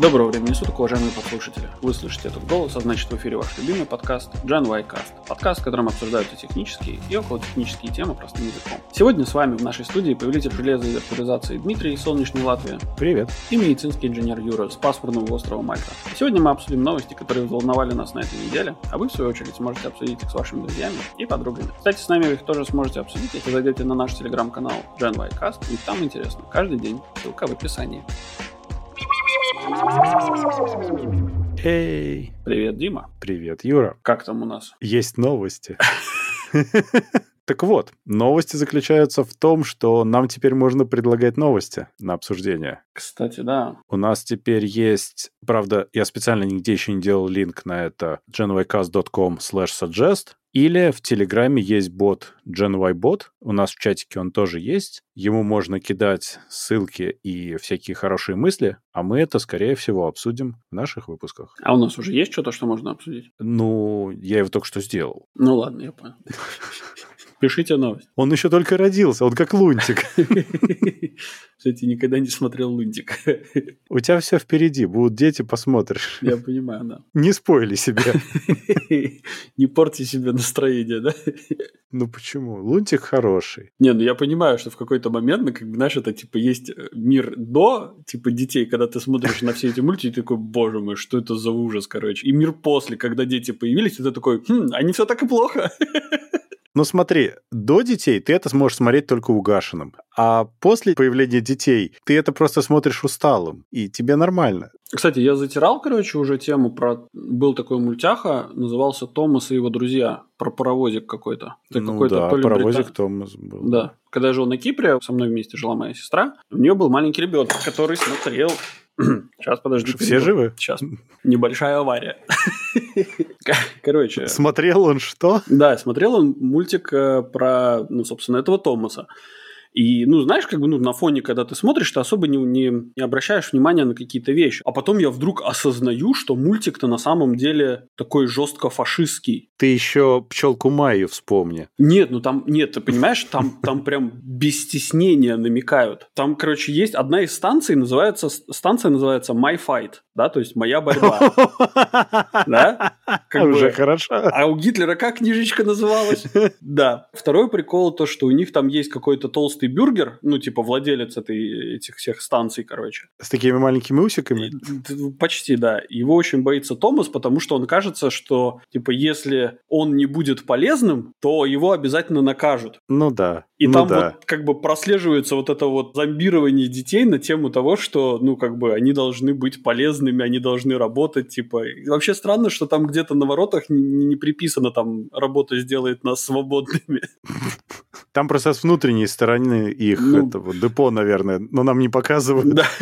Доброго времени суток, уважаемые подслушатели. Вы слышите этот голос, а значит в эфире ваш любимый подкаст Gen Y Cast. Подкаст, в котором обсуждаются технические и околотехнические темы простым языком. Сегодня с вами в нашей студии повелитель железа и виртуализации Дмитрий из солнечной Латвии. Привет. И медицинский инженер Юра с пасмурного острова Мальта. Сегодня мы обсудим новости, которые взволновали нас на этой неделе, а вы, в свою очередь, сможете обсудить их с вашими друзьями и подругами. Кстати, с нами вы их тоже сможете обсудить, если зайдете на наш телеграм-канал Gen Y Cast, и там интересно. Каждый день. Ссылка в описании. Эй! Привет, Дима. Привет, Юра. Как там у нас? Есть новости. Так вот, новости заключаются в том, что нам теперь можно предлагать новости на обсуждение. Кстати, да. У нас теперь есть... Правда, я специально нигде еще не делал линк на это genycast.com/suggest. Или в Телеграме есть бот GenYBot. У нас в чатике он тоже есть. Ему можно кидать ссылки и всякие хорошие мысли, а мы это, скорее всего, обсудим в наших выпусках. А у нас уже есть что-то, что можно обсудить? Ну, я его только что сделал. Ну ладно, я понял. Пишите новость. Он еще только родился, он как Лунтик. Кстати, никогда не смотрел Лунтик. У тебя все впереди, будут дети, посмотришь. Я понимаю, да. Не спойли себе. Не порти себе настроение, да? Ну почему? Лунтик хороший. Не, ну я понимаю, что в какой-то момент, ну, как бы, знаешь, это, типа, есть мир до, типа, детей, когда ты смотришь на все эти мультики, и такой, боже мой, что это за ужас, короче. И мир после, когда дети появились, и ты такой, а не все так и плохо. Ну смотри, до детей ты это сможешь смотреть только угашенным, а после появления детей ты это просто смотришь усталым, и тебе нормально. Кстати, я затирал, короче, уже тему про... Был такой мультяха, назывался «Томас и его друзья», про паровозик какой-то. Это ну какой-то, да, то ли паровозик Томас был. Да. Когда я жил на Кипре, со мной вместе жила моя сестра, у нее был маленький ребенок, который смотрел... Сейчас, подожди. Все живы? Сейчас. Небольшая авария. Короче. Смотрел он что? Да, смотрел он мультик про, ну, собственно, этого Томаса. И, ну, знаешь, как бы, ну, на фоне, когда ты смотришь, ты особо не обращаешь внимания на какие-то вещи. А потом я вдруг осознаю, что мультик-то на самом деле такой жестко фашистский. Ты еще пчелку Майю вспомни. Нет, ну там, нет, ты понимаешь, там прям без стеснения намекают. Там, короче, есть одна из станций, называется My Fight, да, то есть «Моя борьба». Да? Уже хорошо. А у Гитлера как книжечка называлась? Да. Второй прикол то, что у них там есть какой-то толстый бюргер, ну, типа владелец этих всех станций, короче. С такими маленькими усиками? Почти, да. Его очень боится Томас, потому что он кажется, что, типа, если он не будет полезным, то его обязательно накажут. Ну да. И ну там да. вот как бы прослеживается вот это вот зомбирование детей на тему того, что, ну, как бы они должны быть полезными, они должны работать, типа. И вообще странно, что там где-то на воротах не приписано там «работа сделает нас свободными». Там просто с внутренней стороны их этого депо, наверное, но нам не показывают. Да.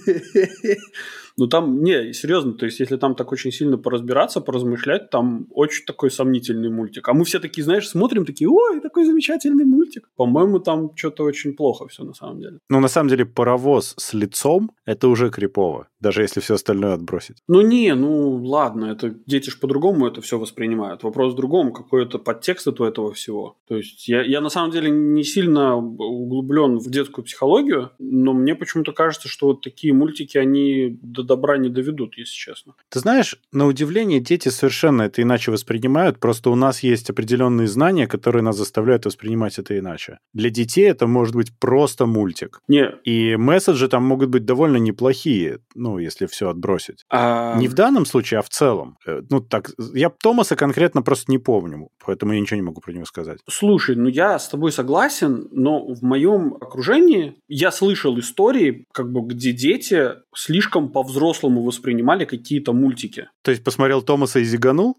Ну, там, не, серьезно, то есть, если там так очень сильно поразбираться, поразмышлять, там очень такой сомнительный мультик. А мы все такие, знаешь, смотрим, такие, ой, такой замечательный мультик. По-моему, там что-то очень плохо все на самом деле. Ну, на самом деле, паровоз с лицом – это уже крипово, даже если все остальное отбросить. Ну ладно, это дети ж по-другому это все воспринимают. Вопрос в другом, какой это подтекст у этого всего. То есть, я на самом деле не сильно углублен в детскую психологию, но мне почему-то кажется, что вот такие мультики, они до добра не доведут, если честно. Ты знаешь, на удивление, дети совершенно это иначе воспринимают, просто у нас есть определенные знания, которые нас заставляют воспринимать это иначе. Для детей это может быть просто мультик. И месседжи там могут быть довольно неплохие, ну, если все отбросить. Не в данном случае, а в целом. Ну, так, я Томаса конкретно просто не помню, поэтому я ничего не могу про него сказать. Слушай, ну я с тобой согласен, но в моем окружении я слышал истории, как бы, где дети слишком по-взрослому воспринимали какие-то мультики. То есть посмотрел Томаса и зиганул?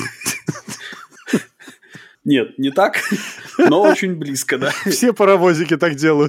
Нет, не так, но очень близко, да. Все паровозики так делают.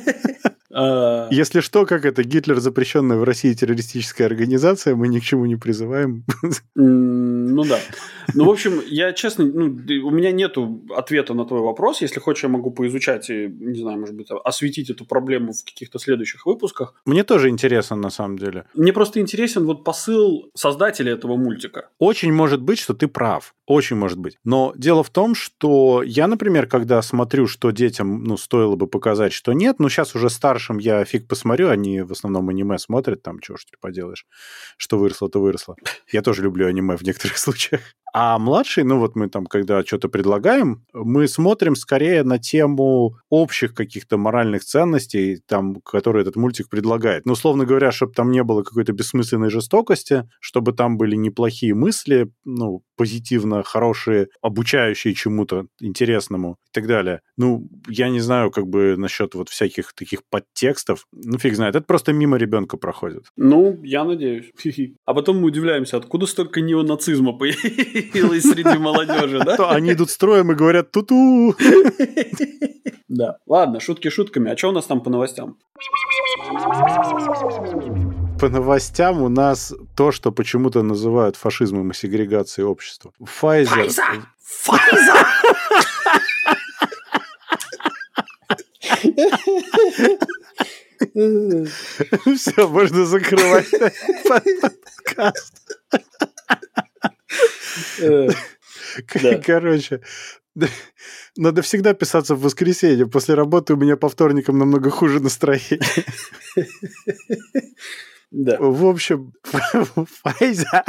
Если что, как это, Гитлер запрещенная в России террористическая организация, мы ни к чему не призываем. Ну да. Ну, в общем, я честно, у меня нету ответа на твой вопрос. Если хочешь, я могу поизучать и, не знаю, может быть, осветить эту проблему в каких-то следующих выпусках. Мне тоже интересно, на самом деле. Мне просто интересен вот посыл создателя этого мультика. Очень может быть, что ты прав. Очень может быть. Но дело в том, что я, например, когда смотрю, что детям, стоило бы показать, что нет, сейчас уже старшим я фиг посмотрю, они в основном аниме смотрят, там, чего ж ты поделаешь, что выросло, то выросло. Я тоже люблю аниме в некоторых случаях. А младший, мы там, когда что-то предлагаем, мы смотрим скорее на тему общих каких-то моральных ценностей, там, которые этот мультик предлагает. Условно говоря, чтобы там не было какой-то бессмысленной жестокости, чтобы там были неплохие мысли, позитивно хорошие, обучающие чему-то интересному и так далее. Я не знаю, насчет вот всяких таких подтекстов. Фиг знает. Это просто мимо ребенка проходит. Я надеюсь. А потом мы удивляемся, откуда столько неонацизма появилось среди молодежи, да? Они идут строем и говорят «ту-ту». Да. Ладно, шутки шутками. А что у нас там по новостям? По новостям у нас то, что почему-то называют фашизмом и сегрегацией общества. Pfizer! Все, можно закрывать подкаст. Короче, надо всегда писаться в воскресенье. После работы у меня по вторникам намного хуже настроение. Да. В общем, Pfizer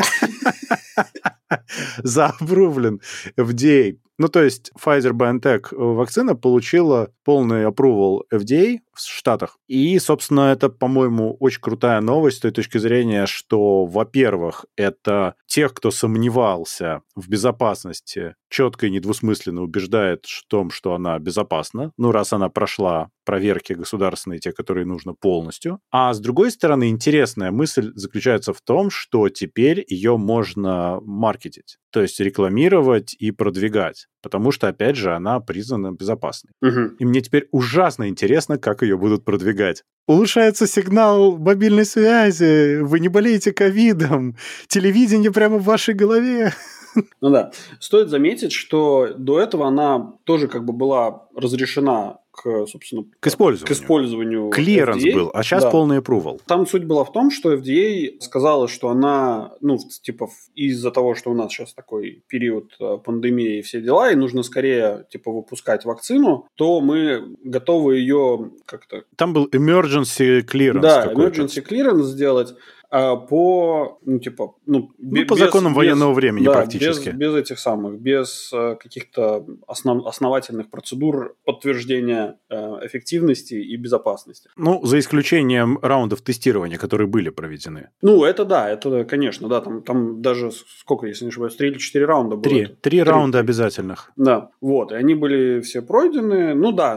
заапрувлен FDA. То есть Pfizer-BioNTech вакцина получила полный approval FDA в Штатах. И, собственно, это, по-моему, очень крутая новость с той точки зрения, что, во-первых, это тех, кто сомневался в безопасности, четко и недвусмысленно убеждает в том, что она безопасна, раз она прошла проверки государственные, те, которые нужно полностью. А с другой стороны, интересная мысль заключается в том, что теперь ее можно маркетить, то есть рекламировать и продвигать, потому что, опять же, она признана безопасной. Угу. И мне теперь ужасно интересно, как ее будут продвигать. Улучшается сигнал мобильной связи, вы не болеете ковидом, телевидение прямо в вашей голове. Да. Стоит заметить, что до этого она тоже была разрешена к использованию. Клиренс FDA. был, а сейчас полный approval. Там суть была в том, что FDA сказала, что она, из-за того, что у нас сейчас такой период пандемии и все дела, и нужно скорее, выпускать вакцину, то мы готовы ее как-то... Там был emergency clearance. Да, emergency clearance сделать. По законам военного времени практически. Без этих самых, без каких-то основательных процедур подтверждения эффективности и безопасности. За исключением раундов тестирования, которые были проведены. Это да, это, конечно, да, там даже, сколько, если не ошибаюсь, 3 или 4 раунда было. Три раунда обязательных. Да, и они были все пройдены.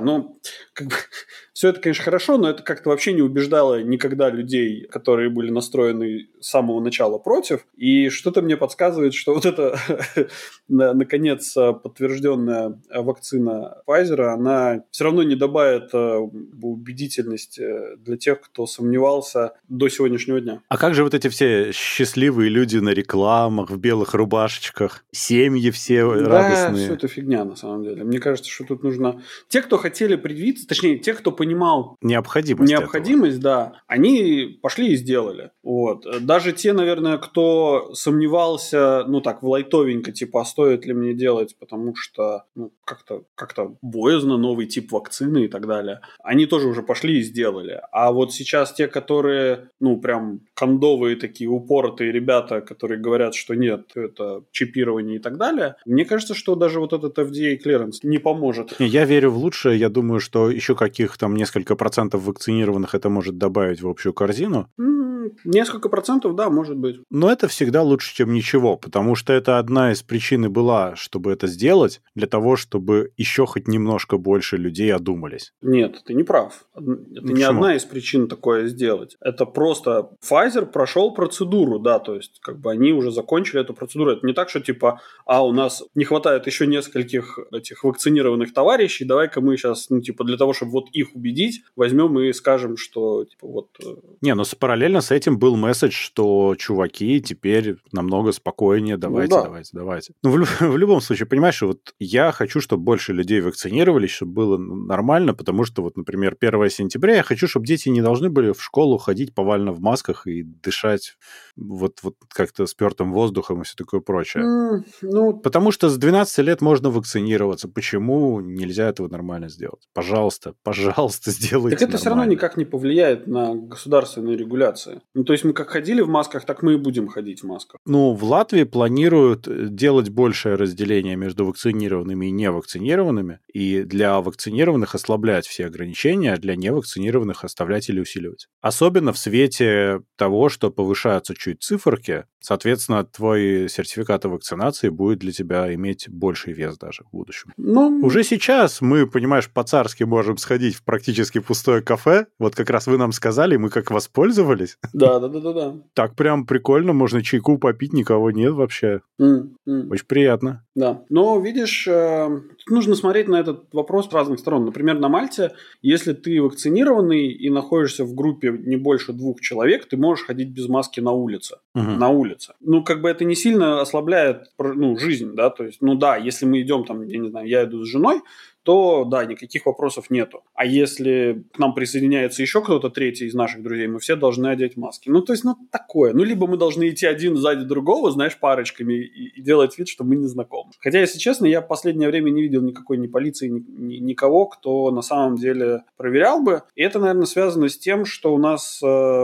Все это, конечно, хорошо, но это как-то вообще не убеждало никогда людей, которые были настроены с самого начала против. И что-то мне подсказывает, что вот эта, наконец, подтвержденная вакцина Pfizer, она все равно не добавит убедительности для тех, кто сомневался до сегодняшнего дня. А как же вот эти все счастливые люди на рекламах, в белых рубашечках, семьи все радостные? Да, все это фигня, на самом деле. Мне кажется, что тут нужно... Те, кто хотели предвидеться, точнее, те, кто понимал необходимость, да, они пошли и сделали. Даже те, наверное, кто сомневался, в лайтовенько, а стоит ли мне делать, потому что, как-то боязно, новый тип вакцины и так далее, они тоже уже пошли и сделали. А вот сейчас те, которые, прям кондовые такие упоротые ребята, которые говорят, что нет, это чипирование и так далее, мне кажется, что даже вот этот FDA clearance не поможет. Я верю в лучшее, я думаю, что еще каких там несколько процентов вакцинированных это может добавить в общую корзину. Несколько процентов, да, может быть. Но это всегда лучше, чем ничего, потому что это одна из причин и была, чтобы это сделать, для того, чтобы еще хоть немножко больше людей одумались. Нет, ты не прав. Это не одна из причин такое сделать. Это просто Pfizer прошел процедуру, да, то есть они уже закончили эту процедуру. Это не так, что у нас не хватает еще нескольких этих вакцинированных товарищей, давай-ка мы сейчас, для того, чтобы их убедить, возьмем и скажем, что Не, параллельно с этим был месседж, что, чуваки, теперь намного спокойнее, давайте. Ну, в любом случае, понимаешь, вот я хочу, чтобы больше людей вакцинировались, чтобы было нормально, потому что, вот, например, 1 сентября я хочу, чтобы дети не должны были в школу ходить повально в масках и дышать вот как-то спертым воздухом и все такое прочее. Потому что с 12 лет можно вакцинироваться. Почему нельзя этого нормально сделать? Пожалуйста, сделайте. Так это все равно никак не повлияет на государственные регуляции. Ну, то есть мы как ходили в масках, так мы и будем ходить в масках. Ну, в Латвии планируют делать большее разделение между вакцинированными и невакцинированными, и для вакцинированных ослаблять все ограничения, а для невакцинированных оставлять или усиливать. Особенно в свете того, что повышаются чуть циферки, соответственно, твой сертификат о вакцинации будет для тебя иметь больший вес даже в будущем. Уже сейчас мы, понимаешь, по-царски можем сходить в практически пустое кафе. Вот как раз вы нам сказали, мы как воспользовались. Да. Так прям прикольно, можно чайку попить, никого нет вообще. Очень приятно. Да, но видишь, нужно смотреть на этот вопрос с разных сторон. Например, на Мальте, если ты вакцинированный и находишься в группе не больше 2 человек, ты можешь ходить без маски на улице. На улице. Ну, как бы это не сильно ослабляет жизнь, да, то есть, если мы идем там, я не знаю, я иду с женой, то, да, никаких вопросов нету. А если к нам присоединяется еще кто-то третий из наших друзей, мы все должны одеть маски. Ну, то есть, такое. Ну, либо мы должны идти один сзади другого, знаешь, парочками и делать вид, что мы не знакомы. Хотя, если честно, я в последнее время не видел никакой ни полиции, никого, кто на самом деле проверял бы. И это, наверное, связано с тем, что у нас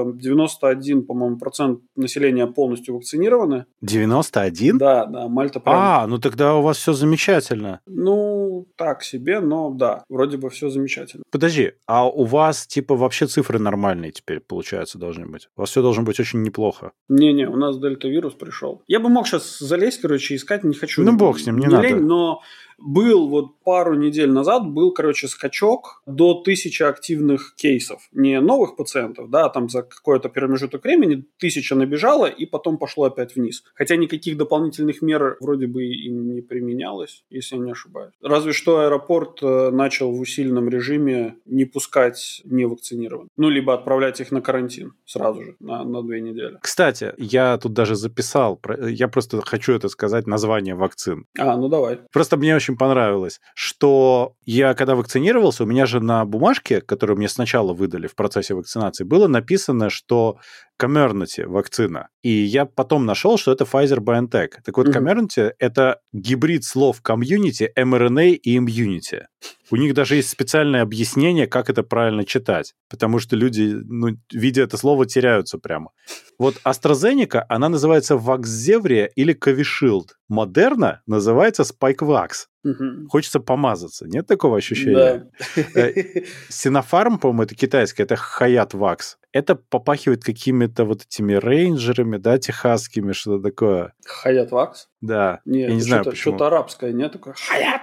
91, по-моему, процент населения полностью вакцинированы. 91? Да, Мальта прям... ну тогда у вас все замечательно. Ну, так себе. Но да, вроде бы все замечательно. Подожди, а у вас типа вообще цифры нормальные теперь, получается, должны быть? У вас все должно быть очень неплохо. Не-не, у нас дельта-вирус пришел. Я бы мог сейчас залезть, искать, не хочу. Ну, бог с ним, не надо. Лень, но был пару недель назад, скачок до 1000 активных кейсов. Не новых пациентов, да, там за какой-то промежуток времени 1000 набежало, и потом пошло опять вниз. Хотя никаких дополнительных мер вроде бы и не применялось, если я не ошибаюсь. Разве что аэропорт начал в усиленном режиме не пускать невакцинированных. Ну, либо отправлять их на карантин сразу же, на 2 недели. Кстати, я тут даже записал, я просто хочу это сказать, название вакцин. Ну давай. Просто мне очень понравилось, что я, когда вакцинировался, у меня же на бумажке, которую мне сначала выдали в процессе вакцинации, было написано, что Comirnaty вакцина. И я потом нашел, что это Pfizer-BioNTech. Так вот, Comirnaty — это гибрид слов community, mRNA и immunity. У них даже есть специальное объяснение, как это правильно читать, потому что люди, видя это слово, теряются прямо. Вот AstraZeneca, она называется Vaxzevria или Covishield. Moderna называется Spikevax. Хочется помазаться. Нет такого ощущения? Да. Sinopharm, по-моему, это китайское, это Hayat-Vax. Это попахивает какими-то вот этими рейнджерами, да, техасскими, что-то такое. Hayat-Vax? Да. Нет, я не знаю, почему. Что-то арабское, нет? Такое Hayat!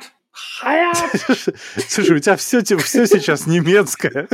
Слушай, у тебя все сейчас немецкое.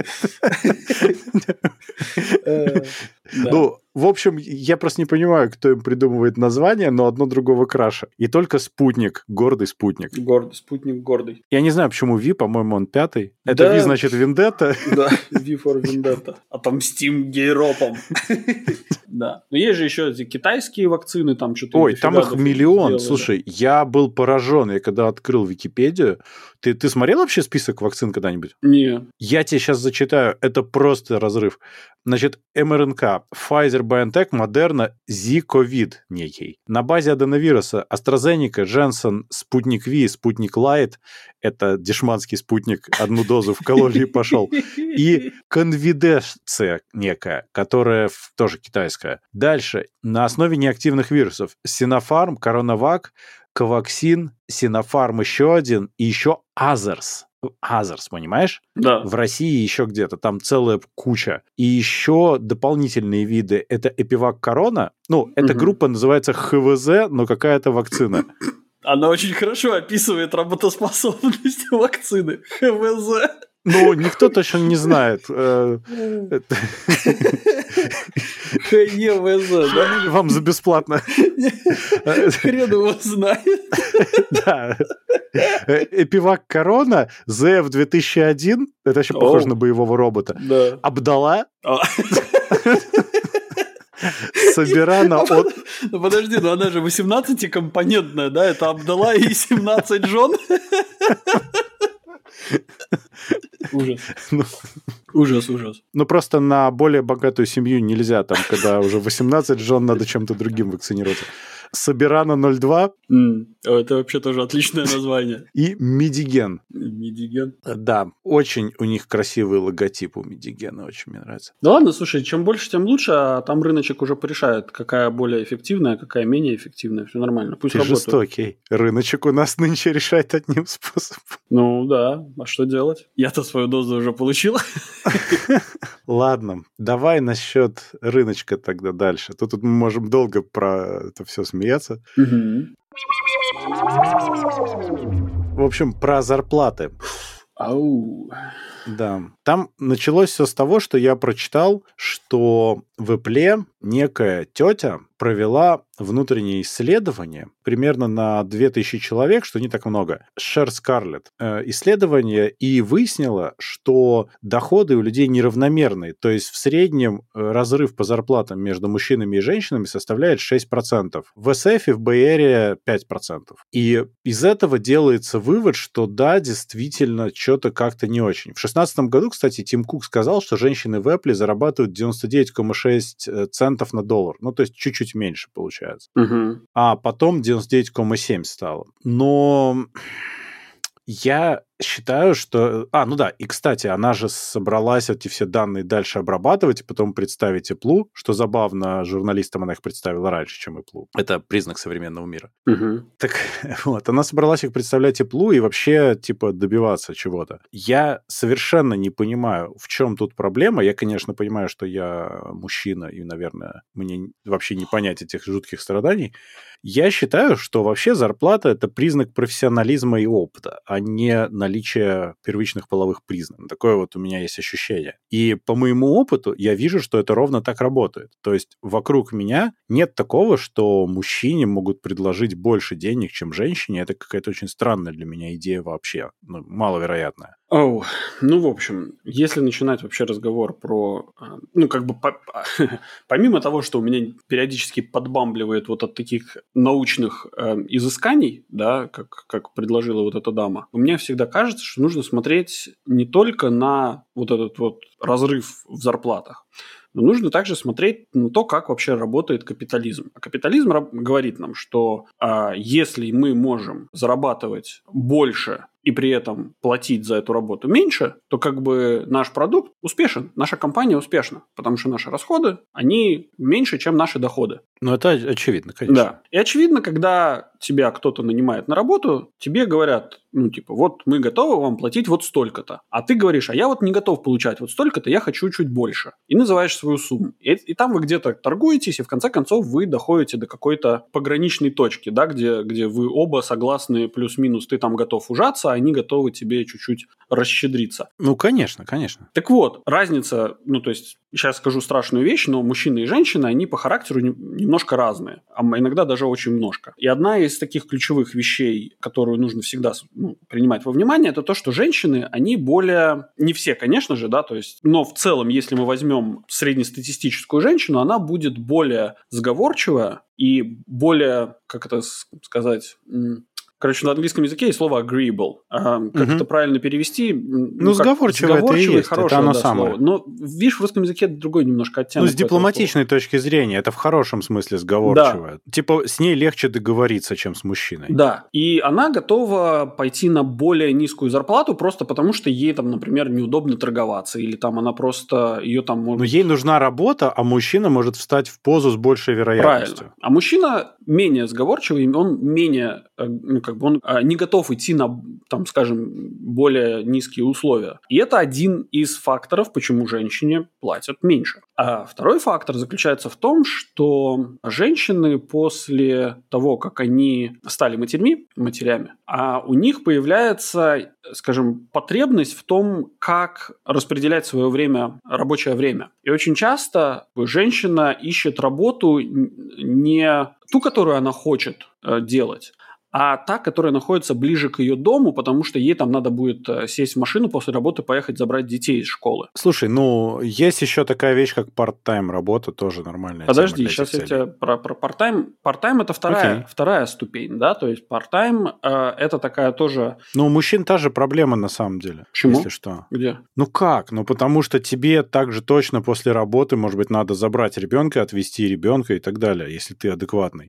Ну, в общем, я просто не понимаю, кто им придумывает название, но одно другого краше. И только спутник, гордый спутник. Спутник гордый. Я не знаю, почему Ви, по-моему, он 5-й. Это Ви, значит, Вендетта. Да, Ви for Vendetta. Отомстим гейропам. Да. Но есть же еще эти китайские вакцины, там что-то... Ой, там их миллион. Слушай, я был поражен, я когда открыл Википедию. Ты смотрел вообще список вакцин когда-нибудь? Нет. Я тебе сейчас зачитаю. Это просто разрыв. Значит, МРНК, Pfizer-BioNTech, Moderna, Z-COVID некий. На базе аденовируса AstraZeneca, Janssen, Спутник V, Спутник Light. Это дешманский спутник. Одну дозу вкололи и пошел. И конвидесция некая, которая тоже китайская. Дальше. На основе неактивных вирусов. Sinopharm, CoronaVac, Covaxin, Sinopharm еще один, и еще Others. Others, понимаешь? Да. В России еще где-то, там целая куча. И еще дополнительные виды. Это Epivac Corona. Эта группа называется ХВЗ, но какая-то вакцина. Она очень хорошо описывает работоспособность вакцины. ХВЗ. Никто точно не знает. ХЕВЗ, да? Вам за бесплатно. Хрен его знает. Да. Epivac Corona, ZF-2001, это вообще похоже на боевого робота. Да. Абдала. Собирана от... Подожди, но она же 18-компонентная, да? Это Абдалла и 17 жен. Ужас. Ужас. Ну, просто на более богатую семью нельзя, там, когда уже 18 жен, надо чем-то другим вакцинироваться. Собирана 02. Это вообще тоже отличное название. И Медиген. Медиген. Да, очень у них красивый логотип у Медигена, очень мне нравится. Да ладно, слушай, чем больше, тем лучше, а там рыночек уже порешает, какая более эффективная, какая менее эффективная, все нормально, пусть работает. Ты жестокий. Рыночек у нас нынче решает одним способом. Ну да, а что делать? Я-то свою дозу уже получил. Ладно, давай насчет рыночка тогда дальше. Тут мы можем долго про это все смеяться. В общем, про зарплаты. Ау. Да. Там началось все с того, что я прочитал, что в Apple некая тетя провела внутреннее исследование примерно на 2000 человек, что не так много. Шер Скарлетт. Исследование и выяснила, что доходы у людей неравномерные. То есть в среднем разрыв по зарплатам между мужчинами и женщинами составляет 6%. В SF и в Bay Area 5%. И из этого делается вывод, что да, действительно, что-то как-то не очень. В 2016 году, кстати, Тим Кук сказал, что женщины в Apple зарабатывают 99,6 центов на доллар. Ну, то есть чуть-чуть меньше получается. А потом 99,7 стало. Но я считаю, что... ну да, и, кстати, она же собралась эти все данные дальше обрабатывать и потом представить Apple, что забавно, журналистам она их представила раньше, чем Apple. Это признак современного мира. Так вот, она собралась их представлять Apple и вообще, типа, добиваться чего-то. Я совершенно не понимаю, в чем тут проблема. Я, конечно, понимаю, что я мужчина, и, наверное, мне вообще не понять этих жутких страданий. Я считаю, что вообще зарплата – это признак профессионализма и опыта, а не наличие первичных половых признаков. Такое вот у меня есть ощущение. И по моему опыту я вижу, что это ровно так работает. То есть вокруг меня нет такого, что мужчине могут предложить больше денег, чем женщине. Это какая-то очень странная для меня идея вообще. Ну, маловероятная. Ну, в общем, если начинать вообще разговор про... Ну, как бы помимо того, что у меня периодически подбамбливает вот от таких научных изысканий, да, как предложила вот эта дама, мне всегда кажется, что нужно смотреть не только на вот этот вот разрыв в зарплатах, но нужно также смотреть на то, как вообще работает капитализм. А капитализм говорит нам, что если мы можем зарабатывать больше и при этом платить за эту работу меньше, то как бы наш продукт успешен, наша компания успешна, потому что наши расходы, они меньше, чем наши доходы. Ну, это очевидно, конечно. Да. И очевидно, когда тебя кто-то нанимает на работу, тебе говорят, ну, типа, вот мы готовы вам платить вот столько-то. А ты говоришь, а я вот не готов получать вот столько-то, я хочу чуть больше. И называешь свою сумму. И там вы где-то торгуетесь, и в конце концов вы доходите до какой-то пограничной точки, да, где вы оба согласны плюс-минус, ты там готов ужаться, а они готовы тебе чуть-чуть расщедриться. Ну, конечно, конечно. Так вот, разница, ну, то есть, сейчас скажу страшную вещь, но мужчины и женщины, они по характеру немножко разные, а иногда даже очень немножко. И одна из таких ключевых вещей, которую нужно всегда принимать во внимание, это то, что женщины, они более... Не все, конечно же, да, то есть, но в целом, если мы возьмем среднестатистическую женщину, она будет более сговорчивая и более, как это сказать... Короче, на английском языке есть слово agreeable. Как это правильно перевести? Ну, сговорчивое это и есть, хорошее, это оно да, самое. Слово. Но, видишь, в русском языке другой немножко оттенок. Ну, с дипломатичной точки зрения, это в хорошем смысле сговорчивое. Да. Типа, с ней легче договориться, чем с мужчиной. Да, и она готова пойти на более низкую зарплату просто потому, что ей там, например, неудобно торговаться, или там она просто, ее там может... Но ей нужна работа, а мужчина может встать в позу с большей вероятностью. Правильно. А мужчина менее сговорчивый, он менее, ну, как бы он не готов идти на, там, скажем, более низкие условия. И это один из факторов, почему женщине платят меньше. А второй фактор заключается в том, что женщины после того, как они стали матерями, у них появляется, скажем, потребность в том, как распределять свое время, рабочее время. И очень часто женщина ищет работу не ту, которую она хочет делать, а та, которая находится ближе к ее дому, потому что ей там надо будет сесть в машину после работы, поехать забрать детей из школы. Слушай, есть еще такая вещь, как part-time работа, тоже нормальная Подожди, тема для сейчас этих я целей. тебе про part-time. Part-time – это вторая ступень, да, то есть part-time это такая тоже… У мужчин та же проблема на самом деле. Почему? Если что. Где? Как? Потому что тебе также точно после работы, может быть, надо забрать ребенка, отвезти ребенка и так далее, если ты адекватный.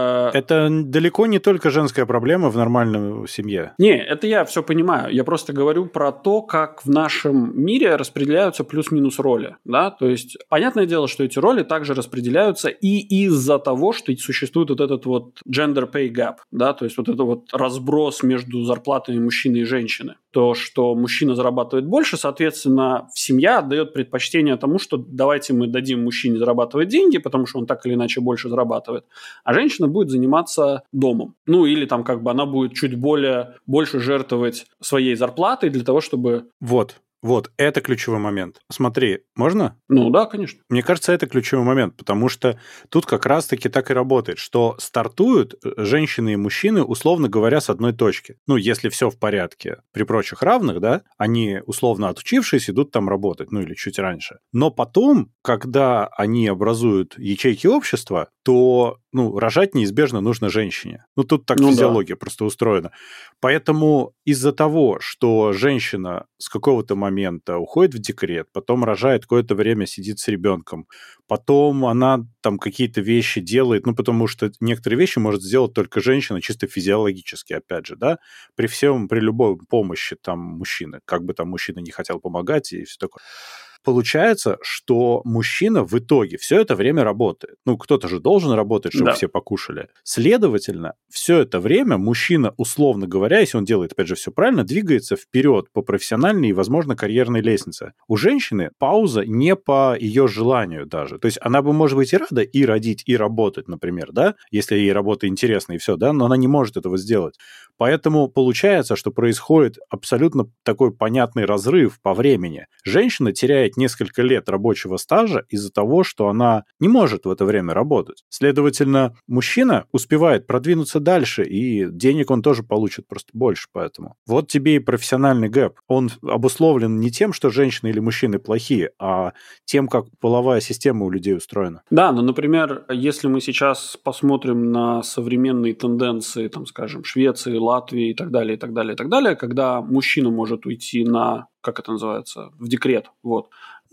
Это далеко не только женская проблема в нормальной семье. Не, это я все понимаю. Я просто говорю про то, как в нашем мире распределяются плюс-минус роли, да, то есть понятное дело, что эти роли также распределяются и из-за того, что существует вот этот вот gender pay gap, да, то есть вот это вот разброс между зарплатами мужчины и женщины. То, что мужчина зарабатывает больше, соответственно, семья отдает предпочтение тому, что давайте мы дадим мужчине зарабатывать деньги, потому что он так или иначе больше зарабатывает, а женщина будет заниматься домом. Или там как бы она будет чуть больше жертвовать своей зарплатой для того, чтобы… Вот, это ключевой момент. Смотри, можно? Да, конечно. Мне кажется, это ключевой момент, потому что тут как раз-таки так и работает, что стартуют женщины и мужчины, условно говоря, с одной точки. Если все в порядке, при прочих равных, да, они, условно отучившись, идут там работать, или чуть раньше. Но потом, когда они образуют ячейки общества, то, рожать неизбежно нужно женщине. Тут так физиология просто устроена. Поэтому из-за того, что женщина с какого-то момента уходит в декрет, потом рожает, какое-то время сидит с ребенком, потом она там какие-то вещи делает, потому что некоторые вещи может сделать только женщина чисто физиологически, опять же, да, при любой помощи там мужчины, как бы там мужчина не хотел помогать и все такое. Получается, что мужчина в итоге все это время работает. Кто-то же должен работать, чтобы все покушали. Следовательно, все это время мужчина, условно говоря, если он делает, опять же, все правильно, двигается вперед по профессиональной и, возможно, карьерной лестнице. У женщины пауза не по ее желанию даже. То есть она бы, может быть, и рада и родить, и работать, например, да, если ей работа интересна и все, да, но она не может этого сделать. Поэтому получается, что происходит абсолютно такой понятный разрыв по времени. Женщина теряет несколько лет рабочего стажа из-за того, что она не может в это время работать. Следовательно, мужчина успевает продвинуться дальше, и денег он тоже получит просто больше поэтому. Вот тебе и профессиональный гэп. Он обусловлен не тем, что женщины или мужчины плохие, а тем, как половая система у людей устроена. Да, например, если мы сейчас посмотрим на современные тенденции, там, скажем, Швеции, Латвии и так далее, и так далее, и так далее, когда мужчина может уйти на, как это называется, в декрет, вот.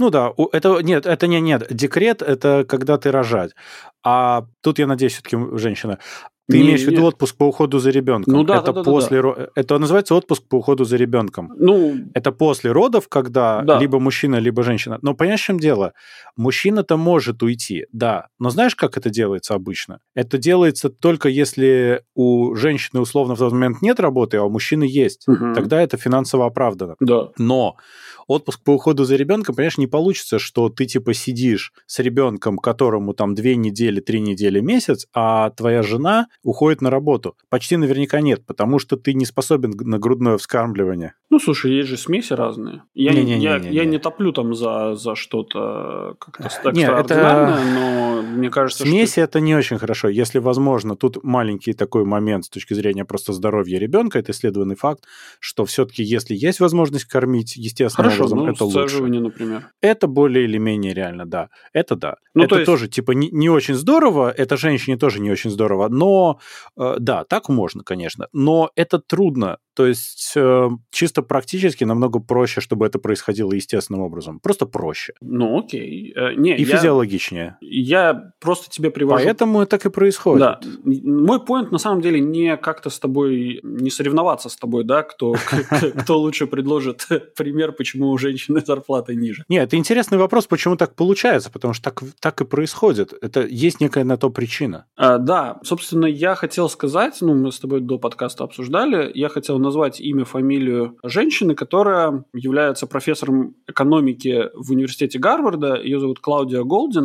Нет, декрет – это когда ты рожать. А тут, я надеюсь, все-таки женщина. Ты имеешь в виду отпуск по уходу за ребенком? Это называется отпуск по уходу за ребенком. Это после родов, когда либо мужчина, либо женщина. Но понимаешь, в чем дело? Мужчина-то может уйти, да. Но знаешь, как это делается обычно? Это делается только если у женщины условно в тот момент нет работы, а у мужчины есть. Угу. Тогда это финансово оправдано. Да. Но отпуск по уходу за ребенком, понимаешь, не получится, что ты типа сидишь с ребенком, которому там 2 недели, 3 недели, месяц, а твоя жена уходит на работу. Почти наверняка нет, потому что ты не способен на грудное вскармливание. Слушай, есть же смеси разные. Я не топлю там за что-то как-то экстраординарное, но мне кажется, смеси это не очень хорошо. Если возможно, тут маленький такой момент с точки зрения просто здоровья ребенка, это исследованный факт, что все-таки если есть возможность кормить естественным образом, это лучше. Например. Это более или менее реально, да. Это да. Это тоже типа не очень здорово, это женщине тоже не очень здорово, но да, так можно, конечно, но это трудно. То есть чисто практически намного проще, чтобы это происходило естественным образом. Просто проще. Окей. Физиологичнее. Я просто тебе привожу... Поэтому так и происходит. Да. Мой поинт на самом деле не как-то с тобой, не соревноваться с тобой, да, кто лучше предложит пример, почему у женщины зарплата ниже. Нет, это интересный вопрос, почему так получается, потому что так и происходит. Это есть некая на то причина. Да, собственно, я хотел сказать, мы с тобой до подкаста обсуждали, я хотел назвать имя, фамилию женщины, которая является профессором экономики в университете Гарварда. Ее зовут Клаудия Голдин.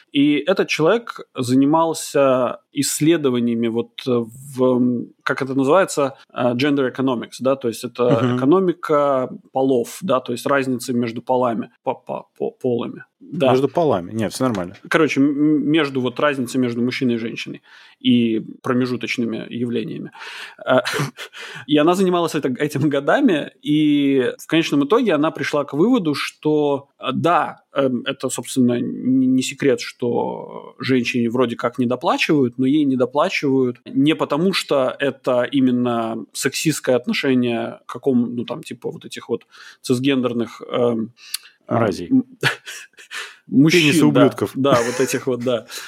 И этот человек занимался исследованиями вот в, как это называется, gender economics, да, то есть это экономика полов, да, то есть разницы между полами, полами. Да. Между полами. Нет, все нормально. Короче, между вот разницей между мужчиной и женщиной и промежуточными явлениями. И она занималась этим годами, и в конечном итоге она пришла к выводу, что да, это, собственно, не секрет, что женщине вроде как недоплачивают, но ей недоплачивают не потому, что это именно сексистское отношение к какому, ну, там, типа вот этих вот цисгендерных... Мразей. Мужчин, ублюдков. Да, вот этих вот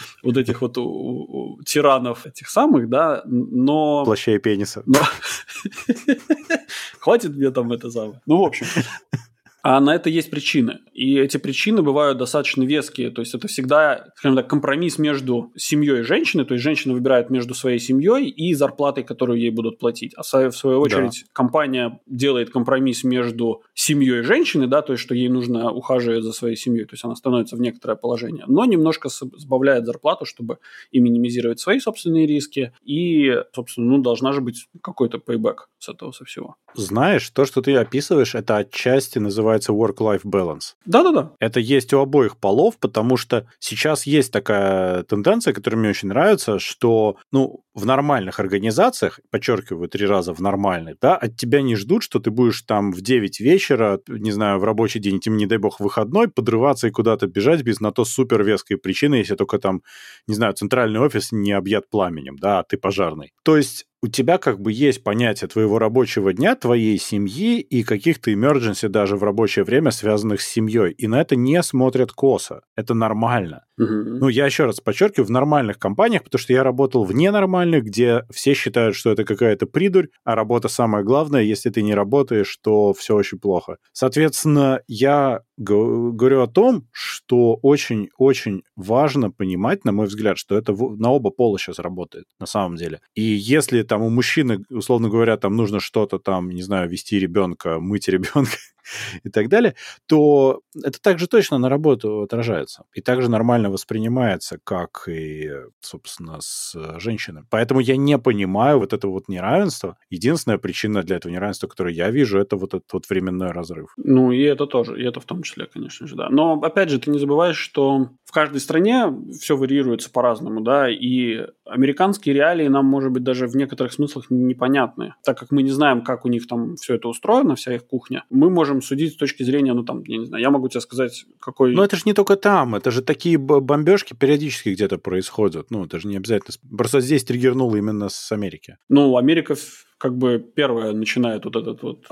тиранов этих самых, да, но... Плаща и пениса. Хватит мне там это самое. Ну, в общем... А на это есть причины. И эти причины бывают достаточно веские. То есть это всегда, скажем так, компромисс между семьей и женщиной. То есть женщина выбирает между своей семьей и зарплатой, которую ей будут платить. А в свою очередь компания делает компромисс между семьей и женщиной, да, то есть что ей нужно ухаживать за своей семьей. То есть она становится в некоторое положение. Но немножко сбавляет зарплату, чтобы и минимизировать свои собственные риски. И, собственно, должна же быть какой-то пейбэк с этого со всего. Знаешь, то, что ты описываешь, это отчасти называется work-life balance. Да-да-да. Это есть у обоих полов, потому что сейчас есть такая тенденция, которая мне очень нравится, что, в нормальных организациях, подчеркиваю 3 раза, в нормальных, да, от тебя не ждут, что ты будешь там в 9 вечера, не знаю, в рабочий день, тем не дай бог выходной, подрываться и куда-то бежать без на то супер веской причины, если только там, не знаю, центральный офис не объят пламенем, да, а ты пожарный. То есть у тебя как бы есть понятие твоего рабочего дня, твоей семьи и каких-то emergency даже в рабочее время, связанных с семьей. И на это не смотрят косо. Это нормально. Я еще раз подчеркиваю, в нормальных компаниях, потому что я работал в ненормальных, где все считают, что это какая-то придурь, а работа самое главное. Если ты не работаешь, то все очень плохо. Соответственно, я говорю о том, что очень-очень важно понимать, на мой взгляд, что это на оба пола сейчас работает, на самом деле. И если там у мужчины, условно говоря, там нужно что-то там, не знаю, вести ребенка, мыть ребенка и так далее, то это также точно на работу отражается. И также нормально воспринимается, как и, собственно, с женщиной. Поэтому я не понимаю вот этого вот неравенства. Единственная причина для этого неравенства, которую я вижу, это вот этот вот временной разрыв. И это тоже, и это в том числе, конечно же, да. Но, опять же, ты не забываешь, что в каждой стране все варьируется по-разному, да, и американские реалии нам, может быть, даже в некоторых смыслах непонятны. Так как мы не знаем, как у них там все это устроено, вся их кухня, мы можем судить с точки зрения, я не знаю, я могу тебе сказать, какой... Но это же не только там, это же такие бомбежки периодически где-то происходят. Это же не обязательно... Просто здесь триггернуло именно с Америки. Америка как бы первая начинает вот этот вот...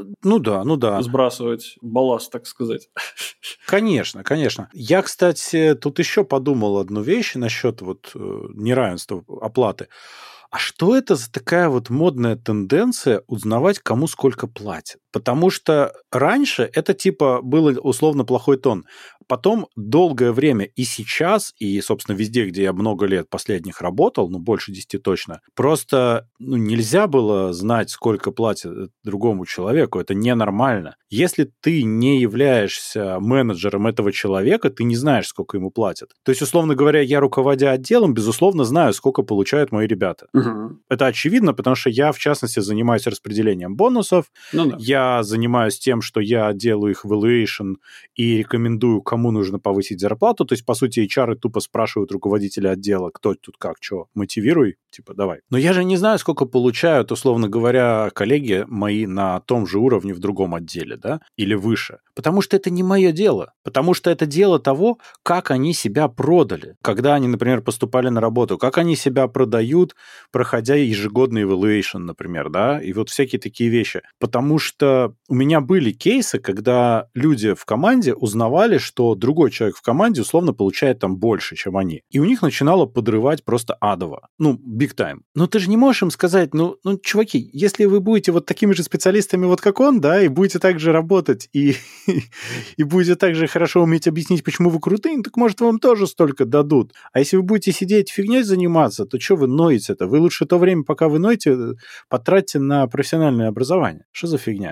да. Сбрасывать балласт, так сказать. Конечно, конечно. Я, кстати, тут еще подумал одну вещь насчет вот неравенства оплаты. А что это за такая вот модная тенденция узнавать, кому сколько платят? Потому что раньше это типа было условно плохой тон. Потом долгое время и сейчас, и, собственно, везде, где я много лет последних работал, больше 10 точно, просто нельзя было знать, сколько платят другому человеку. Это ненормально. Если ты не являешься менеджером этого человека, ты не знаешь, сколько ему платят. То есть, условно говоря, я, руководя отделом, безусловно, знаю, сколько получают мои ребята. Это очевидно, потому что я, в частности, занимаюсь распределением бонусов. Я занимаюсь тем, что я делаю их valuation и рекомендую, кому нужно повысить зарплату. То есть, по сути, HR тупо спрашивают руководителя отдела, кто тут как, что, мотивируй, типа, давай. Но я же не знаю, сколько получают, условно говоря, коллеги мои на том же уровне в другом отделе, да, или выше. Потому что это не мое дело. Потому что это дело того, как они себя продали. Когда они, например, поступали на работу, как они себя продают, проходя ежегодный evaluation, например, да, и вот всякие такие вещи. Потому что у меня были кейсы, когда люди в команде узнавали, что другой человек в команде условно получает там больше, чем они. И у них начинало подрывать просто адово. Big time. Но ты же не можешь им сказать, чуваки, если вы будете вот такими же специалистами, вот как он, да, и будете так же работать, и будете так же хорошо уметь объяснить, почему вы крутые, так может вам тоже столько дадут. А если вы будете сидеть фигней заниматься, то что вы ноете-то? Вы лучше то время, пока вы ноете, потратьте на профессиональное образование. Что за фигня?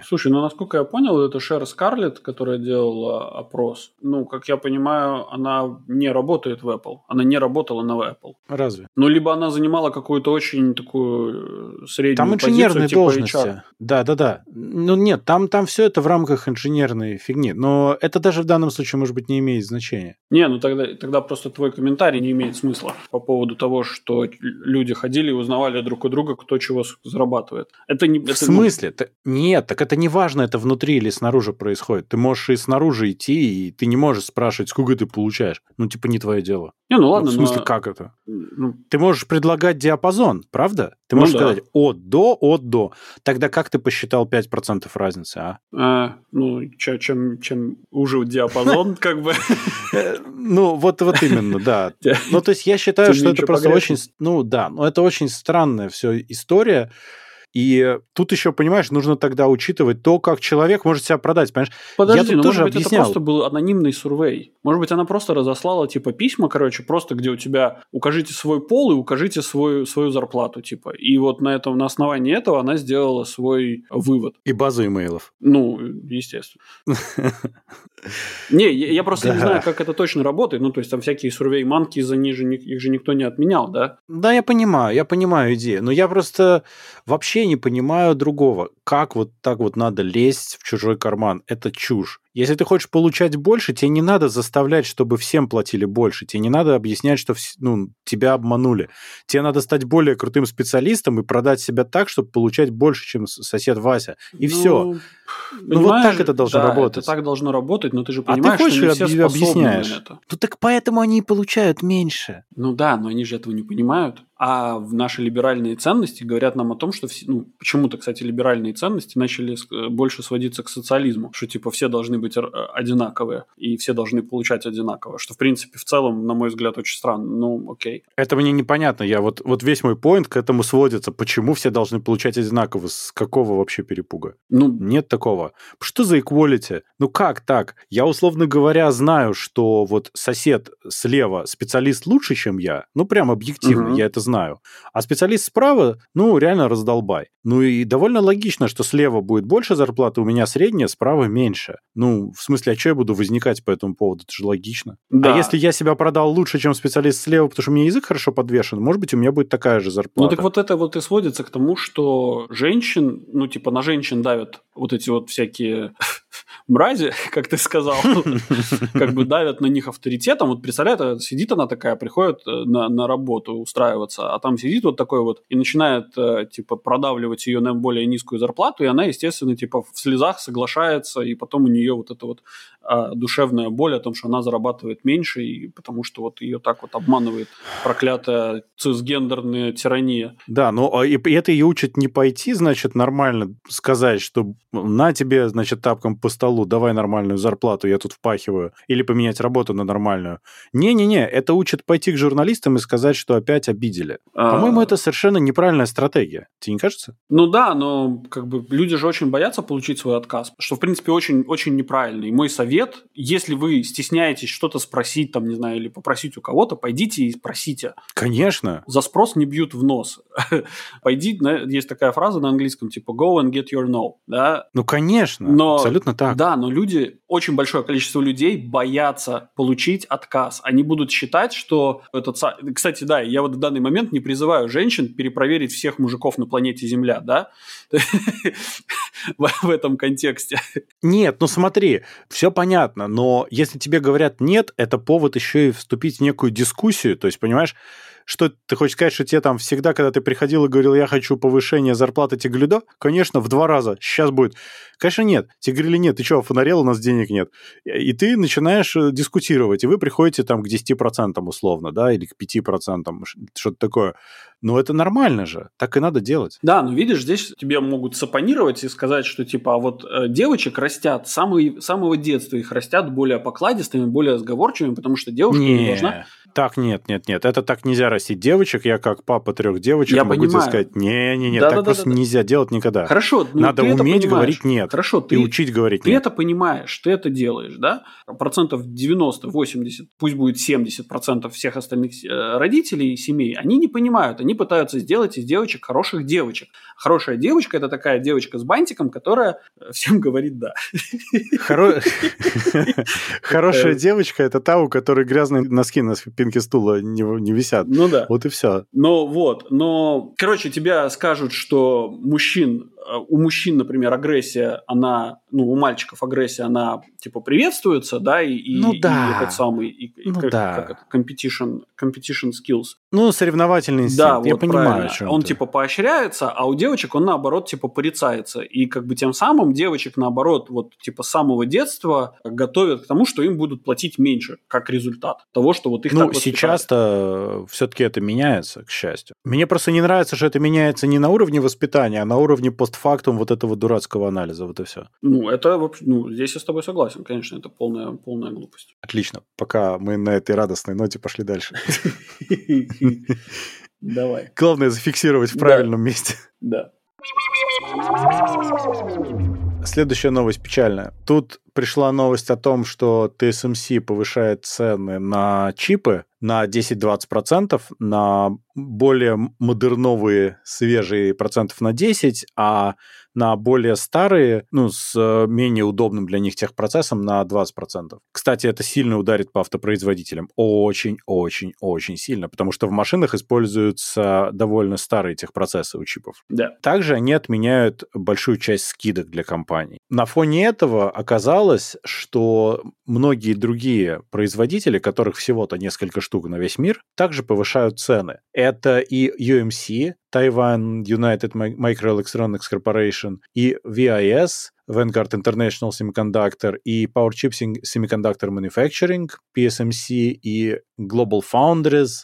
Слушай, ну, насколько я понял, это Шер Скарлетт, которая делала опрос. Ну, как я понимаю, она не работает в Apple. Она не работала на Apple. Разве? Ну, либо она занимала какую-то очень такую среднюю там позицию, инженерные типа должности. HR. Да. Ну, нет, там все это в рамках инженерной фигни. Но это даже в данном случае, может быть, не имеет значения. Не, ну тогда просто твой комментарий не имеет смысла по поводу того, что люди ходили и узнавали друг у друга, кто чего зарабатывает. В смысле? Нет, так это не важно, это внутри или снаружи происходит. Ты можешь и снаружи идти, и ты не можешь спрашивать, сколько ты получаешь. Ну, типа, не твое дело. Не, ну ладно, в смысле, как это? Ты можешь предлагать диапазон, правда? Ты можешь сказать от до. Тогда как ты посчитал 5% разницы, а? Чем уже диапазон, как бы... Ну, вот именно, да. Ну, то есть я считаю, что это просто очень... Ну, да, но это очень странная все история. И тут еще, понимаешь, нужно тогда учитывать то, как человек может себя продать, понимаешь? Подожди, ну, может быть, это просто был анонимный сурвей. Может быть, она просто разослала, типа, письма, просто где у тебя укажите свой пол и укажите свою зарплату, типа. И вот на основании этого она сделала свой вывод. И базу имейлов. Ну, естественно. Не, я просто не знаю, как это точно работает. Ну, то есть, там всякие сурвей-манки, их же никто не отменял, да? Да, я понимаю идею. Но я просто вообще не понимаю другого. Как вот так вот надо лезть в чужой карман? Это чушь. Если ты хочешь получать больше, тебе не надо заставлять, чтобы всем платили больше. Тебе не надо объяснять, что тебя обманули. Тебе надо стать более крутым специалистом и продать себя так, чтобы получать больше, чем сосед Вася. И все. Ну, вот так это должно работать. Это так должно работать, но ты же понимаешь, что не все способны на это. Ну, так поэтому они и получают меньше. Ну да, но они же этого не понимают. А в наши либеральные ценности говорят нам о том, что... почему-то, кстати, либеральные ценности начали больше сводиться к социализму. Что, типа, все должны быть одинаковые, и все должны получать одинаково. Что, в принципе, в целом, на мой взгляд, очень странно. Ну, окей. Это мне непонятно. Вот весь мой поинт к этому сводится. Почему все должны получать одинаково? С какого вообще перепуга? Нет такого. Что за equality? Ну, как так? Я, условно говоря, знаю, что вот сосед слева специалист лучше, чем я. Ну, прям объективно, я это знаю. А специалист справа, реально раздолбай. Ну, и довольно логично, что слева будет больше зарплаты, у меня средняя, справа меньше. Ну, в смысле, а что я буду возникать по этому поводу? Это же логично. Да. А если я себя продал лучше, чем специалист слева, потому что у меня язык хорошо подвешен, может быть, у меня будет такая же зарплата. Ну, так вот это вот и сводится к тому, что женщин, на женщин давят вот эти вот всякие мрази, как ты сказал, как бы давят на них авторитетом. Вот представляешь, сидит она такая, приходит на работу устраиваться, а там сидит вот такой вот и начинает, продавливать ее на более низкую зарплату, и она, естественно, в слезах соглашается, и потом у нее вот эта вот душевная боль о том, что она зарабатывает меньше, и потому что вот ее так вот обманывает проклятая цисгендерная тирания. Да, но и это ее учат не пойти, значит, нормально сказать, что на тебе, значит, тапком по столу, давай нормальную зарплату, я тут впахиваю, или поменять работу на нормальную. Не-не-не, это учат пойти к журналистам и сказать, что опять обидели. По-моему, это совершенно неправильная стратегия. Тебе не кажется? Ну да, но люди же очень боятся получить свой отказ, что, в принципе, очень, очень неправильно. И мой совет, если вы стесняетесь что-то спросить, там, не знаю, или попросить у кого-то, пойдите и спросите. Конечно. За спрос не бьют в нос. Пойди, есть такая фраза на английском, go and get your no. Да? Ну, конечно, абсолютно так. Да, но очень большое количество людей боятся получить отказ. Они будут считать, что Кстати, да, я вот в данный момент не призываю женщин перепроверить всех мужиков на планете Земля, да? В этом контексте. Нет, смотри, все понятно, но если тебе говорят нет, это повод еще и вступить в некую дискуссию, то есть, понимаешь, что ты хочешь сказать, что тебе там всегда, когда ты приходил и говорил, я хочу повышение зарплаты, тебе говорили, да, конечно, в 2 раза, сейчас будет. Конечно, нет. Тебе говорили, нет, ты что, фонарел, у нас денег нет. И ты начинаешь дискутировать, и вы приходите там к 10% условно, да, или к 5%, что-то такое. Но это нормально же, так и надо делать. Да, но видишь, здесь тебе могут сапонировать и сказать, что девочек растят, с самого детства их растят более покладистыми, более сговорчивыми, потому что девушка не должна... Так, нет. Это так нельзя растить девочек. Я как папа 3 девочек Я могу тебе сказать, не, так просто нельзя делать никогда. Хорошо, надо уметь говорить нет. Хорошо, и учить говорить ты нет. это понимаешь, ты это делаешь, да? 90-80%, пусть будет 70% всех остальных родителей и семей, они не понимают, они пытаются сделать из девочек хороших девочек. Хорошая девочка – это такая девочка с бантиком, которая всем говорит «да». Хорошая девочка – это та, у которой грязные носки на спинке стула не висят. Ну да. Вот и все. Но, короче, тебе скажут, что у мужчин, например, агрессия, она, у мальчиков агрессия, она типа приветствуется, да, и этот самый competition skills. Соревновательный инстинкт, да, я понимаю, правильно. о чем он ты. типа поощряется, а у девочек он наоборот типа порицается. И как бы тем самым девочек наоборот вот типа с самого детства готовят к тому, что им будут платить меньше, как результат того, что вот их так воспитали. Сейчас-то все-таки это меняется, к счастью. Мне просто не нравится, что это меняется не на уровне воспитания, а на уровне постфактум вот этого дурацкого анализа, вот и все. Здесь я с тобой согласен, конечно, это полная глупость. Отлично, пока мы на этой радостной ноте пошли дальше. Давай. Главное зафиксировать в правильном месте. Да. Следующая новость печальная. Тут пришла новость о том, что TSMC повышает цены на чипы на 10-20%, на более модерновые, свежие процентов на 10%, а на более старые, с менее удобным для них техпроцессом на 20%. Кстати, это сильно ударит по автопроизводителям. Очень-очень-очень сильно, потому что в машинах используются довольно старые техпроцессы у чипов. Да. Также они отменяют большую часть скидок для компаний. На фоне этого оказалось, что многие другие производители, которых всего-то несколько штук на весь мир, также повышают цены. Это и UMC, Taiwan United Microelectronics Corporation, и VIS, Vanguard International Semiconductor, и PowerChip Semiconductor Manufacturing, PSMC, и Global Foundries,